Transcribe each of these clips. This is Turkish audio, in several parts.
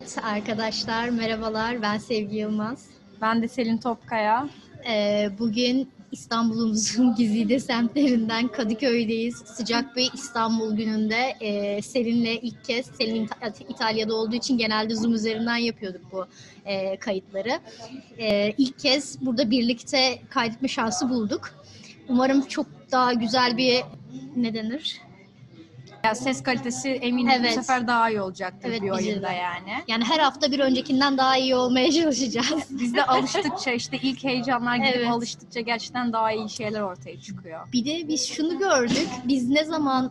Arkadaşlar merhabalar, ben Sevgi Yılmaz. Ben de Selin Topkaya. Bugün İstanbul'umuzun güzide semtlerinden Kadıköy'deyiz. Sıcak bir İstanbul gününde Selin'le ilk kez, Selin İtalya'da olduğu için genelde Zoom üzerinden yapıyorduk bu kayıtları. İlk kez burada birlikte kaydetme şansı bulduk. Umarım çok daha güzel bir, ne denir? Ya ses kalitesi eminim bu sefer daha iyi olacaktır bir oyunda yani. Yani her hafta bir öncekinden daha iyi olmaya çalışacağız. Biz de alıştıkça işte ilk heyecanlar gidip alıştıkça gerçekten daha iyi şeyler ortaya çıkıyor. Bir de biz şunu gördük. Biz ne zaman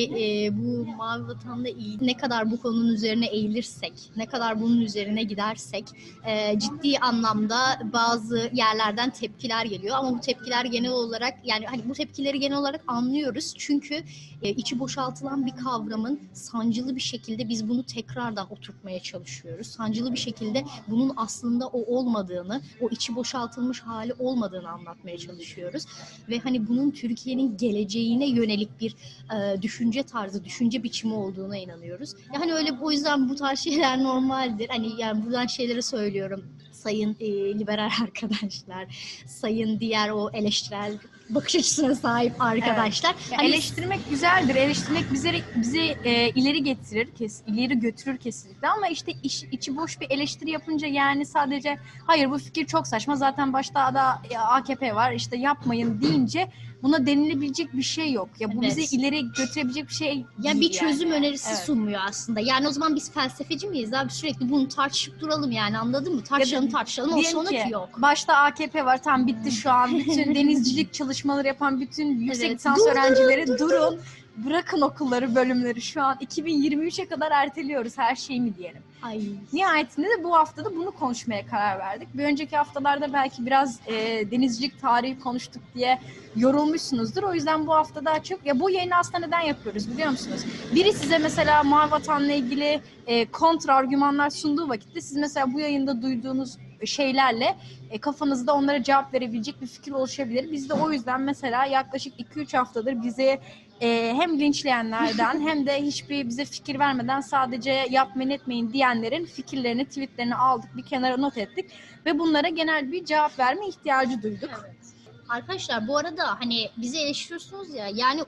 bu Mavi Vatan'la ne kadar bu konunun üzerine eğilirsek, ne kadar bunun üzerine gidersek ciddi anlamda bazı yerlerden tepkiler geliyor. Ama bu tepkiler genel olarak bu tepkileri genel olarak anlıyoruz. Çünkü içi boşaltılan bir kavramın sancılı bir şekilde biz bunu tekrardan oturtmaya çalışıyoruz. Sancılı bir şekilde bunun aslında o olmadığını, o içi boşaltılmış hali olmadığını anlatmaya çalışıyoruz. Ve hani bunun Türkiye'nin geleceğine yönelik bir düşünce tarzı, düşünce biçimi olduğuna inanıyoruz. Yani öyle, o yüzden bu tarz şeyler normaldir. Yani buradan şeyleri söylüyorum. Sayın liberal arkadaşlar, sayın diğer o eleştirel bakış açısına sahip arkadaşlar. Evet. Eleştirmek güzeldir. Eleştirmek bizi ileri getirir, ileri götürür kesinlikle. Ama işte içi boş bir eleştiri yapınca yani sadece hayır bu fikir çok saçma. Zaten başta da AKP var. İşte yapmayın deyince buna denilebilecek bir şey yok. Ya bu bizi ileri götürebilecek bir şey değil. Yani bir çözüm önerisi sunmuyor aslında. Yani o zaman biz felsefeci miyiz abi? Sürekli bunu tartışıp duralım yani, anladın mı? Tartışalım. O sonuç yok. Başta AKP var. Tam bitti şu an. Bütün denizcilik çalışmaları yapan bütün yüksek lisans öğrencileri durun. Bırakın okulları, bölümleri. Şu an 2023'e kadar erteliyoruz her şeyi mi diyelim. Nihayetinde de bu haftada bunu konuşmaya karar verdik. Bir önceki haftalarda belki biraz denizcilik tarihi konuştuk diye yorulmuşsunuzdur. O yüzden bu hafta daha çok, bu yayını aslında neden yapıyoruz biliyor musunuz? Biri size mesela Mavi Vatan'la ilgili kontra argümanlar sunduğu vakitte siz mesela bu yayında duyduğunuz şeylerle kafanızda onlara cevap verebilecek bir fikir oluşabilir. Biz de o yüzden mesela yaklaşık 2-3 haftadır bize hem linçleyenlerden hem de hiçbir bize fikir vermeden sadece yapmayın etmeyin diyenlerin fikirlerini, tweetlerini aldık, bir kenara not ettik ve bunlara genel bir cevap verme ihtiyacı duyduk. Evet. Arkadaşlar bu arada hani bizi eleştiriyorsunuz ya, yani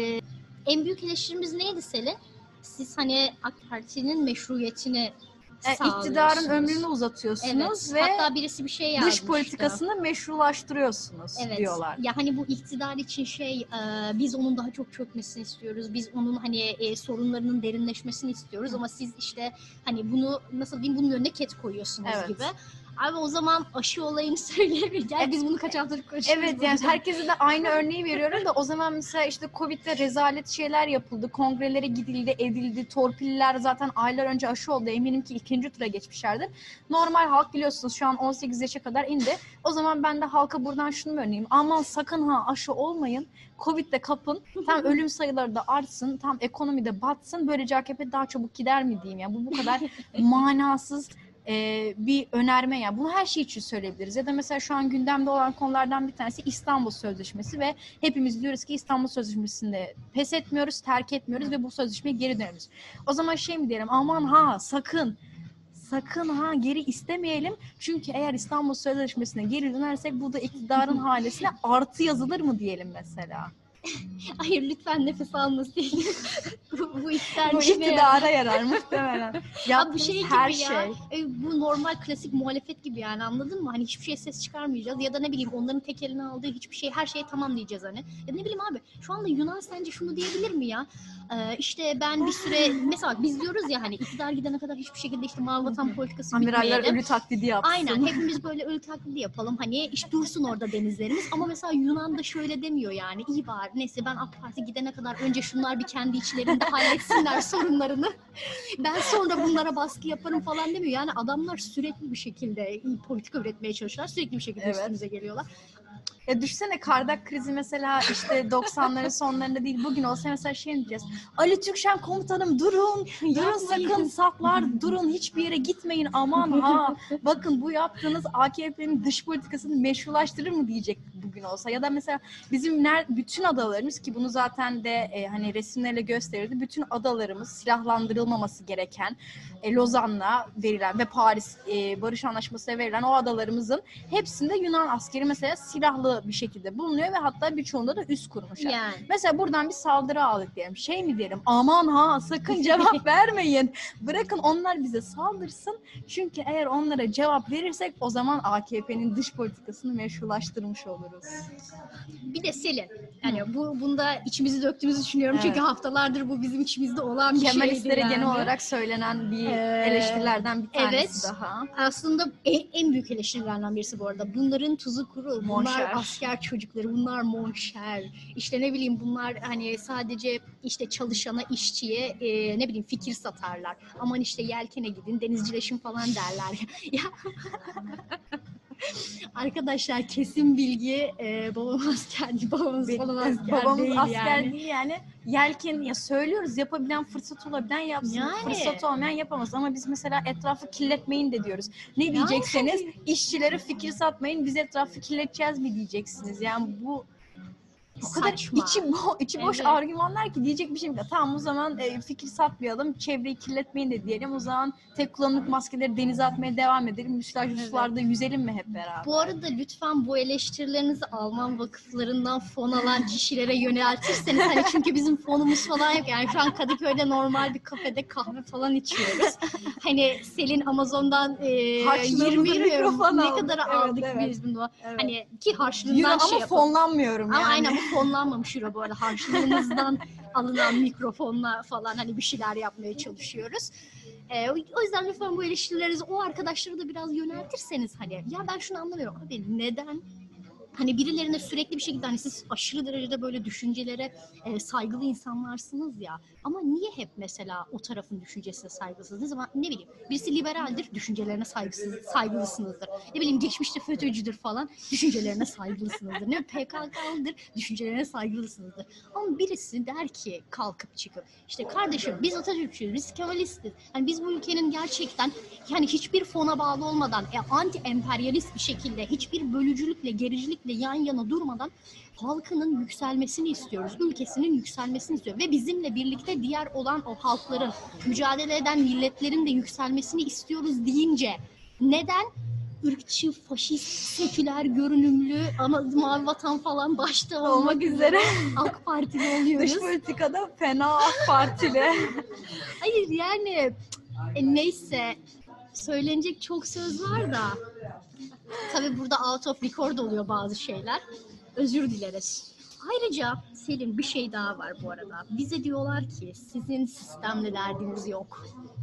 en büyük eleştirimiz neydi Selin? Siz hani AK Parti'nin meşruiyetini iktidarın ömrünü uzatıyorsunuz ve hatta birisi bir şey yazmıştı. Dış politikasını meşrulaştırıyorsunuz diyorlar. Ya hani bu iktidar için biz onun daha çok çökmesini istiyoruz. Biz onun hani sorunlarının derinleşmesini istiyoruz ama siz işte hani bunu nasıl diyeyim, bunun önüne ket koyuyorsunuz gibi. Abi o zaman aşı olayını söyleyelim. Gel biz bunu kaç haftadır konuşuyoruz. Evet yani herkese de aynı örneği veriyorum da o zaman mesela işte Covid'de rezalet şeyler yapıldı. Kongrelere gidildi, edildi. Torpilliler zaten aylar önce aşı oldu. Eminim ki ikinci tura geçmişlerdir. Normal halk biliyorsunuz şu an 18 yaşa kadar indi. O zaman ben de halka buradan şunu öneriyorum. Aman sakın aşı olmayın. Covid'de kapın. Tam ölüm sayıları da artsın. Tam ekonomide batsın. Böylece AKP daha çabuk gider mi diyeyim ya. Bu kadar manasız bir önerme ya. Bunu her şey için söyleyebiliriz. Ya da mesela şu an gündemde olan konulardan bir tanesi İstanbul Sözleşmesi ve hepimiz diyoruz ki İstanbul Sözleşmesi'nde pes etmiyoruz, terk etmiyoruz ve bu sözleşmeye geri dönüyoruz. O zaman mi diyelim? Aman sakın geri istemeyelim. Çünkü eğer İstanbul Sözleşmesi'ne geri dönersek bu da iktidarın hanesine artı yazılır mı diyelim mesela. Hayır lütfen nefes almasın. bu iktidara yarar muhtemelen. Bu şey gibi ya. Bu normal klasik muhalefet gibi yani, anladın mı? Hani hiçbir şeye ses çıkarmayacağız ya da ne bileyim onların tek eline aldığı hiçbir şey, her şeye tamam diyeceğiz hani. Ya ne bileyim abi, şu anda Yunan sence şunu diyebilir mi ya? İşte ben bir süre mesela biz diyoruz ya hani iktidar gidene kadar hiçbir şekilde işte Mavi Vatan politikası bitmeyelim. Amiraller ölü taklidi yapsın. Aynen, hepimiz böyle ölü taklidi yapalım hani işte dursun orada denizlerimiz, ama mesela Yunan da şöyle demiyor yani, iyi bari neyse ben AK Parti gidene kadar önce şunlar bir kendi içlerinde halletsinler sorunlarını. Ben sonra bunlara baskı yaparım falan demiyor. Yani adamlar sürekli bir şekilde politika üretmeye çalışıyorlar. Sürekli bir şekilde üstümüze geliyorlar. Ya düşsene Kardak krizi mesela işte 90'ların sonlarında değil bugün olsa mesela diyeceğiz. Ali Türkşen komutanım durun sakın saflar durun, hiçbir yere gitmeyin aman bakın bu yaptığınız AKP'nin dış politikasını meşrulaştırır mı diyecek bugün. gün olsa ya da mesela bizim bütün adalarımız ki bunu zaten de hani resimlerle gösterirdi. Bütün adalarımız silahlandırılmaması gereken Lozan'la verilen ve Paris Barış Anlaşması'na verilen o adalarımızın hepsinde Yunan askeri mesela silahlı bir şekilde bulunuyor ve hatta birçoğunda da üs kurmuşlar. Yani. Mesela buradan bir saldırı aldık diyelim. Şey mi diyelim? Aman ha sakın cevap vermeyin. Bırakın onlar bize saldırsın. Çünkü eğer onlara cevap verirsek o zaman AKP'nin dış politikasını meşrulaştırmış oluruz. Bir de Selin, yani bunda içimizi döktüğümüzü düşünüyorum. Çünkü haftalardır bu bizim içimizde olan bir şeydi Kemalistlere yani. genel olarak söylenen bir eleştirilerden bir tanesi daha. Aslında en büyük eleştirilerden birisi bu arada. Bunların tuzu kuru. Bunlar asker çocukları. Bunlar monşer. İşte ne bileyim bunlar hani sadece işte çalışana, işçiye ne bileyim fikir satarlar. Aman işte yelkene gidin, denizcileşin falan derler. Ya arkadaşlar kesin bilgi babam askerdi, babamız falan asker değil asker yani. değil yani. Yelken ya söylüyoruz yapabilen fırsat olabilen yapsın. Yani. Fırsat olmayan yapamaz ama biz mesela etrafı kirletmeyin de diyoruz. Ne diyecekseniz işçilere fikir satmayın biz etrafı kirleteceğiz mi diyeceksiniz. Yani bu o kadar içi boş argümanlar ki diyecek bir şey yok. Tamam o zaman fikir satmayalım, çevreyi kirletmeyin de diyelim. O zaman tek kullanımlık maskeleri denize atmaya devam edelim. Müsilaj sularda yüzelim mi hep beraber? Bu arada lütfen bu eleştirilerinizi Alman vakıflarından fon alan kişilere yöneltirseniz hani çünkü bizim fonumuz falan yok. Yani şu an Kadıköy'de normal bir kafede kahve falan içiyoruz. Hani Selin Amazon'dan 20 ne kadar aldık biz bunu. Evet. Hani ki harçlığından ama fonlanmıyorum yani. Ama aynen bu fonlanmamış euro bu arada. Harçlığımızdan alınan mikrofonla falan hani bir şeyler yapmaya çalışıyoruz. O yüzden lütfen bu eleştirilerinizi o arkadaşlara da biraz yöneltirseniz hani ya ben şunu anlamıyorum abi neden hani birilerine sürekli bir şekilde hani siz aşırı derecede böyle düşüncelere saygılı insanlarsınız ya ama niye hep mesela o tarafın düşüncesine saygısız? Ne zaman ne bileyim birisi liberaldir düşüncelerine saygılısınızdır. Ne bileyim geçmişte FETÖ'cüdür falan düşüncelerine saygılısınızdır. Ne PKK'lıdır düşüncelerine saygılısınızdır. Ama birisi der ki kalkıp çıkıp işte kardeşim biz Atatürkçüyüz, biz Kemalistiz. Hani biz bu ülkenin gerçekten yani hiçbir fona bağlı olmadan anti-emperyalist bir şekilde hiçbir bölücülükle, gericilikle yan yana durmadan halkının yükselmesini istiyoruz. Ülkesinin yükselmesini istiyor. Ve bizimle birlikte diğer olan o halkların, mücadele eden milletlerin de yükselmesini istiyoruz deyince neden ırkçı, faşist, seküler görünümlü ama Mavi Vatan falan başta olmak üzere AK Partili oluyoruz? Dış politikada fena AK Partili. Hayır yani neyse söylenecek çok söz var da tabii burada out of record oluyor bazı şeyler. Özür dileriz. Ayrıca Selin bir şey daha var bu arada. Bize diyorlar ki sizin sistemle derdiniz yok.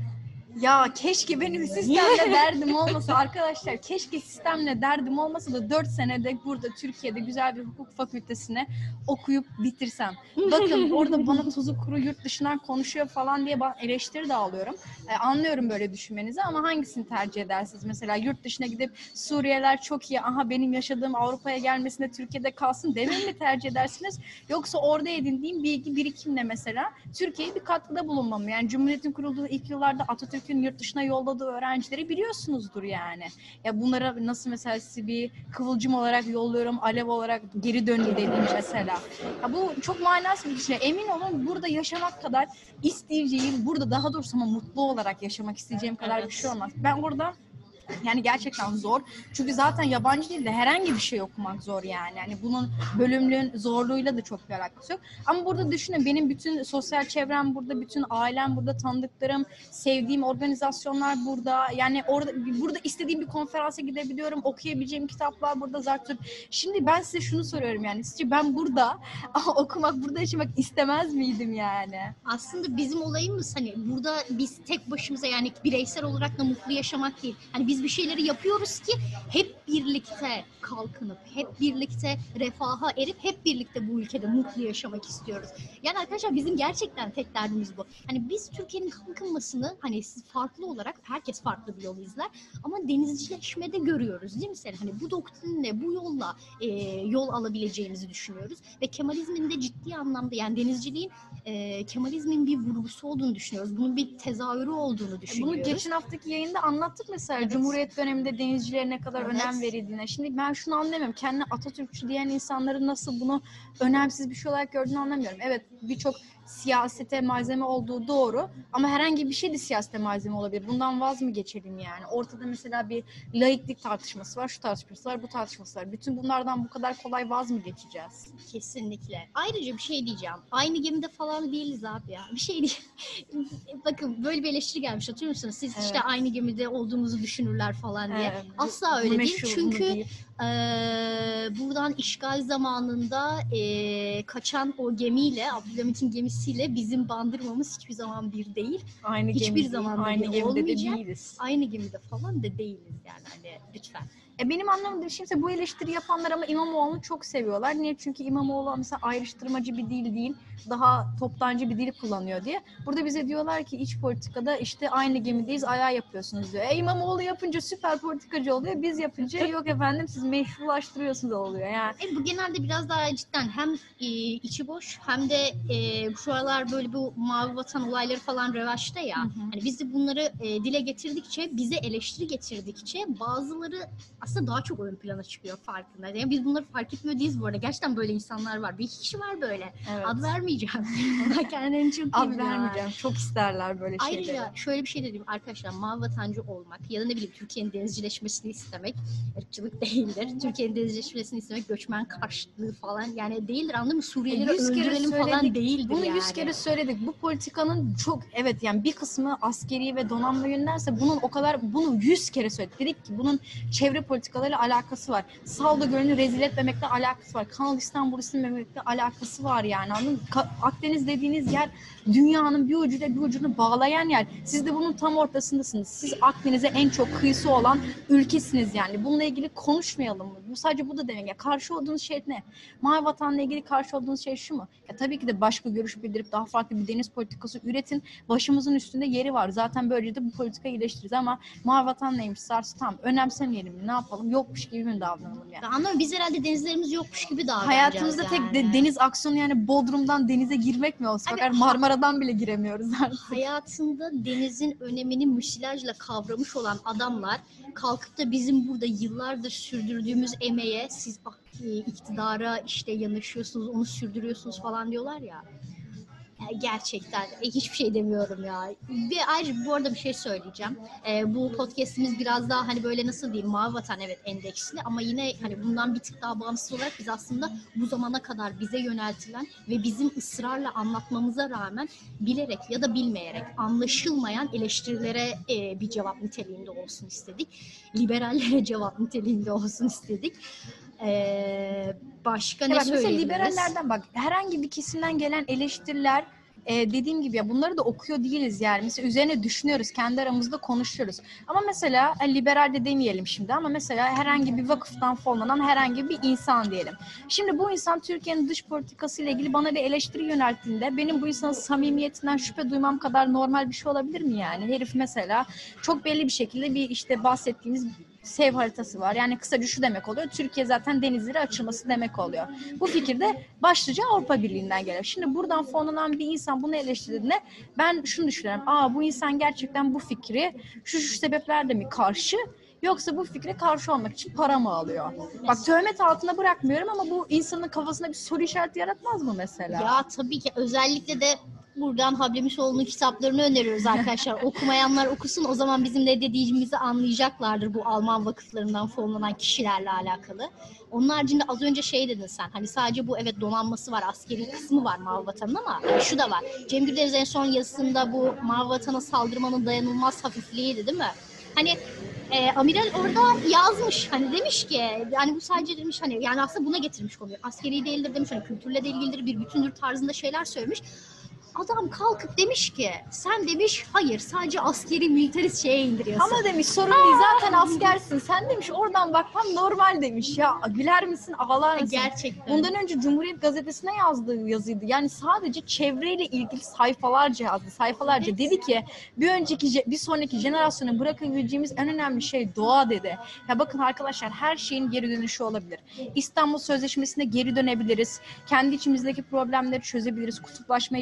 Ya keşke benim sistemle derdim olmasa arkadaşlar. Keşke sistemle derdim olmasa da 4 senede burada Türkiye'de güzel bir hukuk fakültesine okuyup bitirsem. Bakın orada bana tuzu kuru yurt dışından konuşuyor falan diye eleştiri de alıyorum. Anlıyorum böyle düşünmenizi ama hangisini tercih edersiniz? Mesela yurt dışına gidip Suriyeliler çok iyi, aha benim yaşadığım Avrupa'ya gelmesine Türkiye'de kalsın demeyi mi tercih edersiniz? Yoksa orada edindiğim bilgi birikimle mesela Türkiye'ye bir katkıda bulunmam. Yani Cumhuriyet'in kurulduğu ilk yıllarda Atatürk'ün yurt dışına yolladığı öğrencileri biliyorsunuzdur yani. Ya bunlara nasıl mesela sizi bir kıvılcım olarak yolluyorum, alev olarak geri dönün dediğim mesela. Ya bu çok manasız bir şey. Emin olun burada yaşamak kadar isteyeceğim, burada daha doğrusu ama mutlu olarak yaşamak isteyeceğim kadar bir şey olmaz. Ben burada yani gerçekten zor. Çünkü zaten yabancı dilde herhangi bir şey okumak zor yani. Yani bunun bölümlüğün zorluğuyla da çok bir alakası yok. Ama burada düşünün benim bütün sosyal çevrem burada, bütün ailem burada, tanıdıklarım, sevdiğim organizasyonlar burada. Yani burada istediğim bir konferansa gidebiliyorum, okuyabileceğim kitaplar burada zaten. Şimdi ben size şunu soruyorum yani. Sizce ben burada okumak, burada yaşamak istemez miydim yani? Aslında bizim olayımız hani burada biz tek başımıza yani bireysel olarak da mutlu yaşamak değil. Hani biz bir şeyleri yapıyoruz ki hep birlikte kalkınıp, hep birlikte refaha erip, hep birlikte bu ülkede mutlu yaşamak istiyoruz. Yani arkadaşlar bizim gerçekten tek derdimiz bu. Hani biz Türkiye'nin kalkınmasını hani farklı olarak herkes farklı bir yol izler ama denizcileşmede görüyoruz değil mi sen? Hani bu doktrinle, bu yolla yol alabileceğimizi düşünüyoruz ve Kemalizmin de ciddi anlamda yani denizciliğin Kemalizmin bir vurgusu olduğunu düşünüyoruz. Bunun bir tezahürü olduğunu düşünüyoruz. Bunu geçen haftaki yayında anlattık mesela. Evet. Cumhuriyet döneminde denizcilere ne kadar önem önem verildiğine. Şimdi ben şunu anlamıyorum. Kendine Atatürkçü diyen insanların nasıl bunu önemsiz bir şey olarak gördüğünü anlamıyorum. Evet, birçok siyasete malzeme olduğu doğru ama herhangi bir şey de siyasete malzeme olabilir. Bundan vaz mı geçelim yani? Ortada mesela bir laiklik tartışması var, şu tartışması var, bu tartışması var. Bütün bunlardan bu kadar kolay vaz mı geçeceğiz? Kesinlikle. Ayrıca bir şey diyeceğim. Aynı gemide falan değiliz abi ya. Bir şey değil. Bakın böyle bir eleştiri gelmiş, hatırlıyor musunuz? Siz işte aynı gemide olduğumuzu düşünürler falan diye. Evet, Asla öyle değil. meşhur, Çünkü bunu değil. buradan işgal zamanında kaçan o gemiyle, Abdülhamit'in gemisiyle bizim bandırmamız hiçbir zaman bir değil. Aynı Hiçbir gemi değil, zaman da aynı bir gemide de olmayacak. değiliz. Aynı gemide falan da değiliz yani, hani lütfen. Benim anlamadığım şey ise bu eleştiri yapanlar ama İmamoğlu'nu çok seviyorlar. Niye? Çünkü İmamoğlu mesela ayrıştırmacı bir dil değil, daha toptancı bir dil kullanıyor diye. Burada bize diyorlar ki iç politikada işte aynı gemideyiz, ayağı yapıyorsunuz diyor. İmamoğlu yapınca süper politikacı oluyor, biz yapınca yok efendim siz meşrulaştırıyorsunuz oluyor yani. Bu genelde biraz daha cidden hem içi boş hem de şu aralar böyle bu mavi vatan olayları falan revaçta ya. Hani biz de bunları dile getirdikçe, bize eleştiri getirdikçe bazıları aslında daha çok ön plana çıkıyor farkında. Yani biz bunları fark etmiyor değiliz bu arada. Gerçekten böyle insanlar var. Bir iki kişi var böyle. Evet. Ad vermeyeceğim. Kendilerini çok iyi Ad biliyorlar. vermeyeceğim. Çok isterler böyle şeyleri. Ayrıca şöyle bir şey de diyeyim arkadaşlar, mavi vatancı olmak ya da ne bileyim Türkiye'nin denizcileşmesini istemek ırkçılık değildir. Türkiye'nin denizcileşmesini istemek göçmen karşıtlığı falan yani değildir, anladın mı? Suriyelileri 100 kere öldürelim falan söyledik. değildir Bunu yani. 100 kere söyledik. Bu politikanın çok evet yani bir kısmı askeri ve donanma yönlense bunu 100 kere söyledik. Dedik ki bunun çevre politikalarıyla alakası var. Saldo Gölü'nü rezil etmemekle alakası var. Kanal İstanbul'u silmemekle alakası var yani. Anladın mı? Akdeniz dediğiniz yer dünyanın bir ucuyla bir ucunu bağlayan yer. Siz de bunun tam ortasındasınız. Siz Akdeniz'e en çok kıyısı olan ülkesiniz yani. Bununla ilgili konuşmayalım mı? Sadece bu da demek. Ya karşı olduğunuz şey ne? Mavi vatanla ilgili karşı olduğunuz şey şu mu? Ya tabii ki de başka görüş bildirip daha farklı bir deniz politikası üretin. Başımızın üstünde yeri var. Zaten böylece de bu politikayı iyileştiririz ama mavi vatan neymiş? Sarsı tam. Önemsemeyelim mi? Ne yapalım? Yokmuş gibi mi davranalım yani? Anlamıyorum, biz herhalde denizlerimiz yokmuş gibi davranacağız. Hayatımızda yani. tek deniz aksiyonu yani Bodrum'dan denize girmek mi olsun? Fakat Marmara'dan bile giremiyoruz artık. Hayatında denizin önemini müsilajla kavramış olan adamlar kalkıp da bizim burada yıllardır sürdürdüğümüz emeğe siz bak iktidara işte yanaşıyorsunuz, onu sürdürüyorsunuz falan diyorlar ya. Gerçekten hiçbir şey demiyorum ya. Ve ayrıca bu arada bir şey söyleyeceğim. Bu podcast'imiz biraz daha hani böyle nasıl diyeyim, mavi vatan evet endeksli ama yine hani bundan bir tık daha bağımsız olarak biz aslında bu zamana kadar bize yöneltilen ve bizim ısrarla anlatmamıza rağmen bilerek ya da bilmeyerek anlaşılmayan eleştirilere bir cevap niteliğinde olsun istedik. Liberallere cevap niteliğinde olsun istedik. Başka ne mesela söyleyebiliriz? liberallerden bak herhangi bir kesimden gelen eleştiriler dediğim gibi ya bunları da okuyor değiliz yani. Mesela üzerine düşünüyoruz, kendi aramızda konuşuyoruz. Ama mesela liberal de demeyelim şimdi ama mesela herhangi bir vakıftan fonlanan herhangi bir insan diyelim. Şimdi bu insan Türkiye'nin dış politikası ile ilgili bana bir eleştiri yönelttiğinde benim bu insanın samimiyetinden şüphe duymam kadar normal bir şey olabilir mi yani? Herif mesela çok belli bir şekilde bir işte bahsettiğimiz sev haritası var. Yani kısaca şu demek oluyor. Türkiye zaten denizlere açılması demek oluyor. Bu fikir de başlıca Avrupa Birliği'nden geliyor. Şimdi buradan fonlanan bir insan bunu eleştirdiğinde ben şunu düşünüyorum. Bu insan gerçekten bu fikri şu sebeplerle mi karşı yoksa bu fikre karşı olmak için para mı alıyor? Bak töhmet altına bırakmıyorum ama bu insanın kafasında bir soru işareti yaratmaz mı mesela? Ya tabii ki, özellikle de buradan Hablemişoğlu'nun kitaplarını öneriyoruz arkadaşlar. Okumayanlar okusun, o zaman bizim ne dediğimizi anlayacaklardır bu Alman vakıflarından fonlanan kişilerle alakalı. Onun haricinde az önce şey dedin sen, hani sadece bu evet donanması var, askeri kısmı var Mavi Vatan'ın ama şu da var. Cem Gürdeniz en son yazısında bu Mavi Vatan'a saldırmanın dayanılmaz hafifliğiydi değil mi? Hani amiral orada yazmış, hani demiş ki yani bu sadece demiş hani yani aslında buna getirmiş konuyu. Askeri değildir demiş, hani kültürle de ilgilidir, bir bütündür tarzında şeyler söylemiş. Adam kalkıp demiş ki sen demiş hayır sadece askeri militarist şeye indiriyorsun. Ama demiş sorun değil zaten askersin. Sen demiş oradan bakmam normal demiş. Ya güler misin ağlar mısın? Gerçekten. Bundan önce Cumhuriyet Gazetesi'ne yazdığı yazıydı. Yani sadece çevreyle ilgili sayfalarca yazdı. Sayfalarca. Evet. Dedi ki bir sonraki jenerasyona bırakabileceğimiz en önemli şey doğa dedi. Ya bakın arkadaşlar her şeyin geri dönüşü olabilir. İstanbul Sözleşmesi'ne geri dönebiliriz. Kendi içimizdeki problemleri çözebiliriz. Kutuplaşmayı bitirebiliriz.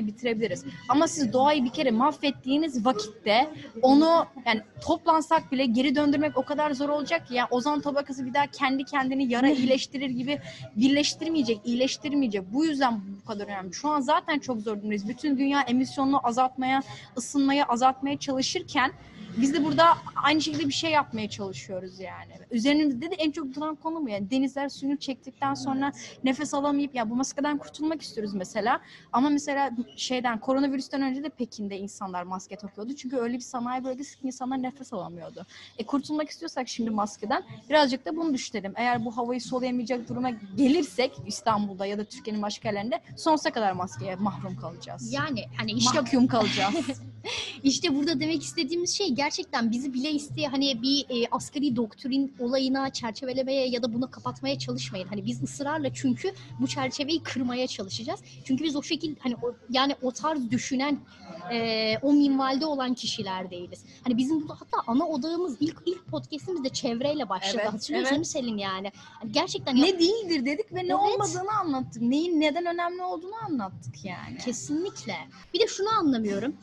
yapabiliriz. Ama siz doğayı bir kere mahvettiğiniz vakitte onu yani toplansak bile geri döndürmek o kadar zor olacak ki ya ozon tabakası bir daha kendi kendini yara iyileştirir gibi birleştirmeyecek, iyileştirmeyecek. Bu yüzden bu kadar önemli. Şu an zaten çok zor durumdayız. Bütün dünya emisyonunu azaltmaya, ısınmayı azaltmaya çalışırken biz de burada aynı şekilde bir şey yapmaya çalışıyoruz yani. Üzerimizde de en çok duran konu bu yani. Denizler suyunu çektikten sonra nefes alamayıp ya bu maskeden kurtulmak istiyoruz mesela. Ama mesela koronavirüsten önce de Pekin'de insanlar maske takıyordu. Çünkü öyle bir sanayi bölgesi ki insanlar nefes alamıyordu. Kurtulmak istiyorsak şimdi maskeden birazcık da bunu düşünelim. Eğer bu havayı soluyamayacak duruma gelirsek İstanbul'da ya da Türkiye'nin başka yerlerinde sonsuza kadar maskeye mahrum kalacağız. Yani hani işte mahkum kalacağız. İşte burada demek istediğimiz şey gerçekten bizi bile isteye hani bir asgari doktrin olayına çerçevelemeye ya da bunu kapatmaya çalışmayın. Hani biz ısrarla çünkü bu çerçeveyi kırmaya çalışacağız. Çünkü biz o şekilde hani yani o tarz düşünen o minvalde olan kişiler değiliz. Hani bizim burada hatta ana odağımız ilk podcast'imizde çevreyle başladı. Evet, Hatırlıyorsun mu Selin yani? Hani gerçekten ne değildir dedik ve ne Evet. olmadığını anlattık. Neyin neden önemli olduğunu anlattık yani. Kesinlikle. Bir de şunu anlamıyorum.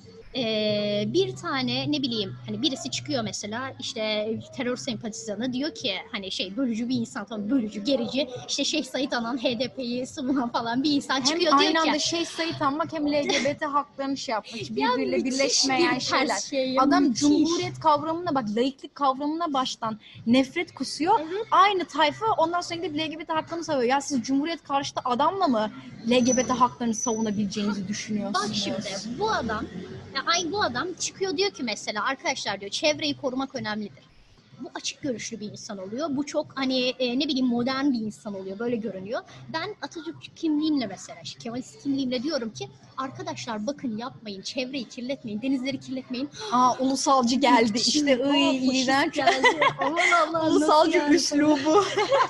Bir tane ne bileyim hani birisi çıkıyor mesela işte terör sempatizanı diyor ki hani bölücü bir insan tamam bölücü gerici işte Şeyh Said Anan HDP'yi savunan falan bir insan çıkıyor hem diyor aynı ki anda Şeyh Said anmak hem LGBT haklarını yapmak ya birbiriyle müthiş birleşmeyen bir şeyler. ters şey ya, Adam müthiş. cumhuriyet kavramına bak laiklik kavramına baştan nefret kusuyor. Evet. Aynı tayfa ondan sonra gidip LGBT haklarını savuyor. Ya siz cumhuriyet karşıtı adamla mı LGBT haklarını savunabileceğinizi düşünüyorsunuz? Bak şimdi bu adam bu adam çıkıyor diyor ki mesela arkadaşlar diyor çevreyi korumak önemlidir. Bu açık görüşlü bir insan oluyor. Bu çok hani ne bileyim modern bir insan oluyor. Böyle görünüyor. Ben Atatürk kimliğimle mesela Kemalist kimliğimle diyorum ki arkadaşlar bakın yapmayın. Çevreyi kirletmeyin. Denizleri kirletmeyin. Ulusalcı geldi. İşte iğrenç. Aman Allah. Ulusalcı yani? üslubu.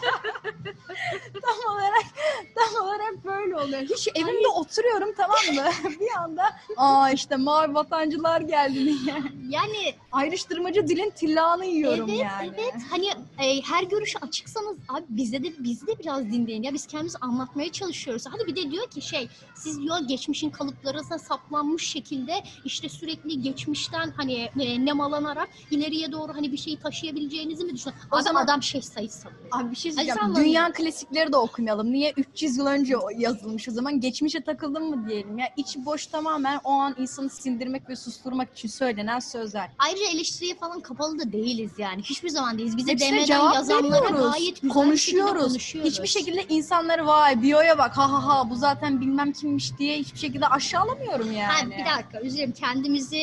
tam olarak böyle oluyor. Hiç evimde oturuyorum tamam mı? Bir anda işte mavi vatancılar geldi diye. Yani Ayrıştırmacı dilin tillağını yiyorum evet, yani. Evet hani her görüşe açıksanız abi bizi de biraz dinleyin ya biz kendimizi anlatmaya çalışıyoruz. Hadi bir de diyor ki siz diyor geçmişin kalıplarına saplanmış şekilde işte sürekli geçmişten hani nemalanarak ileriye doğru hani bir şeyi taşıyabileceğinizi mi düşünüyorsunuz? O zaman Adam sayı savunuyor. Abi bir şey söyleyeceğim. Hadi Dünya klasikleri de okumayalım. Niye 300 yıl önce yazılmış o zaman? Geçmişe takıldın mı diyelim ya. İçi boş tamamen o an insanı sindirmek ve susturmak için söylenen sözler. Ayrıca eleştiriye falan kapalı da değiliz yani. Hiçbir zaman değiliz. Bize Hepsine DM'den cevap yazanlara veriyoruz. gayet güzel Konuşuyoruz. konuşuyoruz. Hiçbir şekilde insanları vay biyoya bak ha bu zaten bilmem kimmiş diye hiçbir şekilde aşağılamıyorum yani. Ha, bir dakika üzülürüm. Kendimizi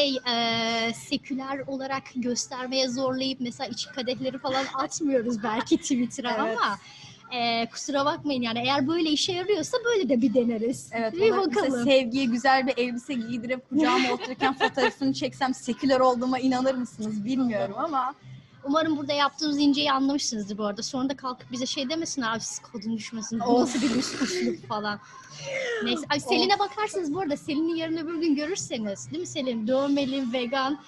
seküler olarak göstermeye zorlayıp mesela içki kadehleri falan atmıyoruz belki Twitter'a Evet. ama kusura bakmayın yani eğer böyle işe yarıyorsa böyle de bir deneriz. Evet, bir mesela bakalım. sevgiye güzel bir elbise giydirip kucağıma otururken fotoğrafını çeksem seküler olduğuma inanır mısınız bilmiyorum ama Umarım burada yaptığımız inceyi anlamışsınızdır bu arada. Sonra da kalkıp bize demesin abi siz kadın düşmesin. Bu nasıl bir üslup falan. Neyse. Ay, Selin'e bakarsınız bu arada. Selin'i yarın öbür gün görürseniz. Değil mi Selin? Dövmeli, vegan.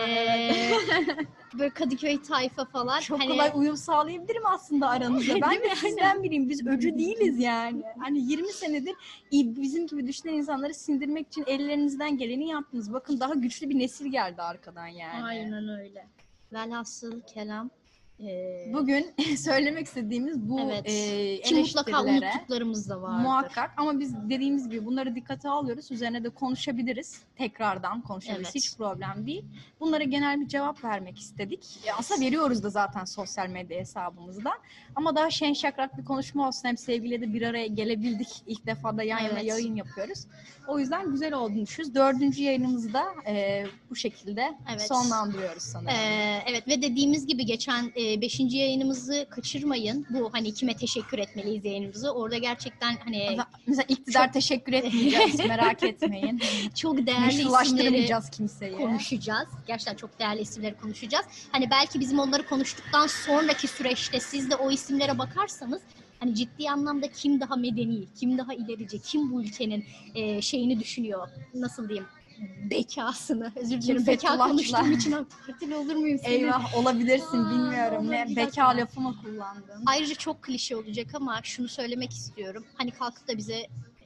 Böyle Kadıköy tayfa falan. çok kolay uyum sağlayabilirim aslında aranızda. Ben Değil de mi? sizden biriyim. Biz öcü değiliz yani. Hani 20 senedir bizim gibi düşünen insanları sindirmek için ellerinizden geleni yaptınız. Bakın daha güçlü bir nesil geldi arkadan yani. Aynen öyle. Velhasıl kelam. Bugün söylemek istediğimiz bu Ki mutlaka eleştirilere unuttuklarımız da vardır. muhakkak ama biz dediğimiz gibi bunları dikkate alıyoruz. Üzerine de konuşabiliriz. Tekrardan konuşabiliriz. Evet. Hiç problem değil. Bunlara genel bir cevap vermek istedik. Aslında veriyoruz da zaten sosyal medya hesabımızda. Ama daha şen şakrak bir konuşma olsun. Hem sevgiliyle de bir araya gelebildik. İlk defa da yan yana yayın yapıyoruz. O yüzden güzel olduğunu düşünüyoruz. 4. yayınımızı da bu şekilde sonlandırıyoruz sanırım. Evet ve dediğimiz gibi geçen 5. yayınımızı kaçırmayın. Bu hani kime teşekkür etmeliyiz yayınımızı. Orada gerçekten hani mesela iktidar teşekkür etmeyeceğiz. Merak etmeyin. çok değerli isimleri meşrulaştırmayacağız kimseye. Konuşacağız. Gerçekten çok değerli isimleri konuşacağız. Hani belki bizim onları konuştuktan sonraki süreçte siz de o isimlere bakarsanız hani ciddi anlamda kim daha medeni, kim daha ilerici, kim bu ülkenin şeyini düşünüyor, nasıl diyeyim, bekasını, özür dilerim, beka konuştuğum için partili olur muyum senin? Eyvah olabilirsin bilmiyorum. Ne beka lafımı kullandın. Ayrıca çok klişe olacak ama şunu söylemek istiyorum. Hani kalkıp da bize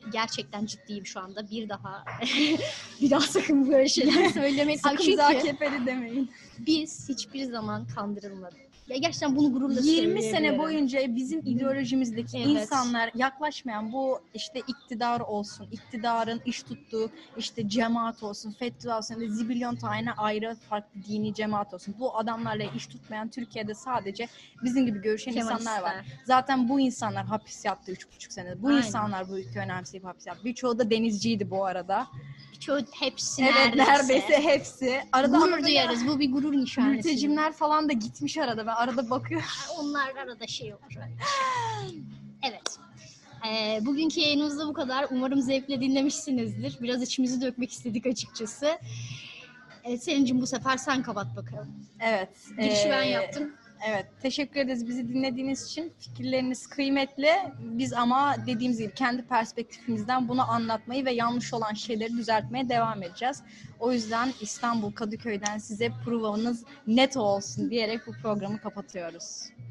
gerçekten ciddiyim şu anda. Bir daha sakın böyle şeyler söylemeyin. Sakın Çünkü bize AKP'li demeyin. biz hiçbir zaman kandırılmadık. Ya gerçekten bunu gururla 20 söyleyebilirim. sene boyunca bizim ideolojimizdeki Evet. insanlar yaklaşmayan bu işte iktidar olsun, iktidarın iş tuttuğu işte cemaat olsun, Fethullah olsun, zibilyon tane ayrı farklı dini cemaat olsun. Bu adamlarla iş tutmayan Türkiye'de sadece bizim gibi görüşen insanlar var. Kemalistler. Zaten bu insanlar hapis yattı 3,5 sene. Bu Aynen. insanlar bu ülke önemseyip hapis yattı. Birçoğu da denizciydi bu arada. Birçoğu hepsi Evet, neredeyse hepsi. Arada Gurur ama duyarız. Bu bir gurur nişanesi. mültecimler falan da gitmiş arada. Ben arada bakıyorum. Onlar arada şey olur. Evet. Bugünkü yayınımızda bu kadar. Umarım zevkle dinlemişsinizdir. Biraz içimizi dökmek istedik açıkçası. Selin'cim bu sefer sen kapat bakalım. Evet. Girişi ben yaptım. Evet. Teşekkür ederiz bizi dinlediğiniz için. Fikirleriniz kıymetli. Biz ama dediğimiz gibi kendi perspektifimizden bunu anlatmayı ve yanlış olan şeyleri düzeltmeye devam edeceğiz. O yüzden İstanbul Kadıköy'den size provanız net olsun diyerek bu programı kapatıyoruz.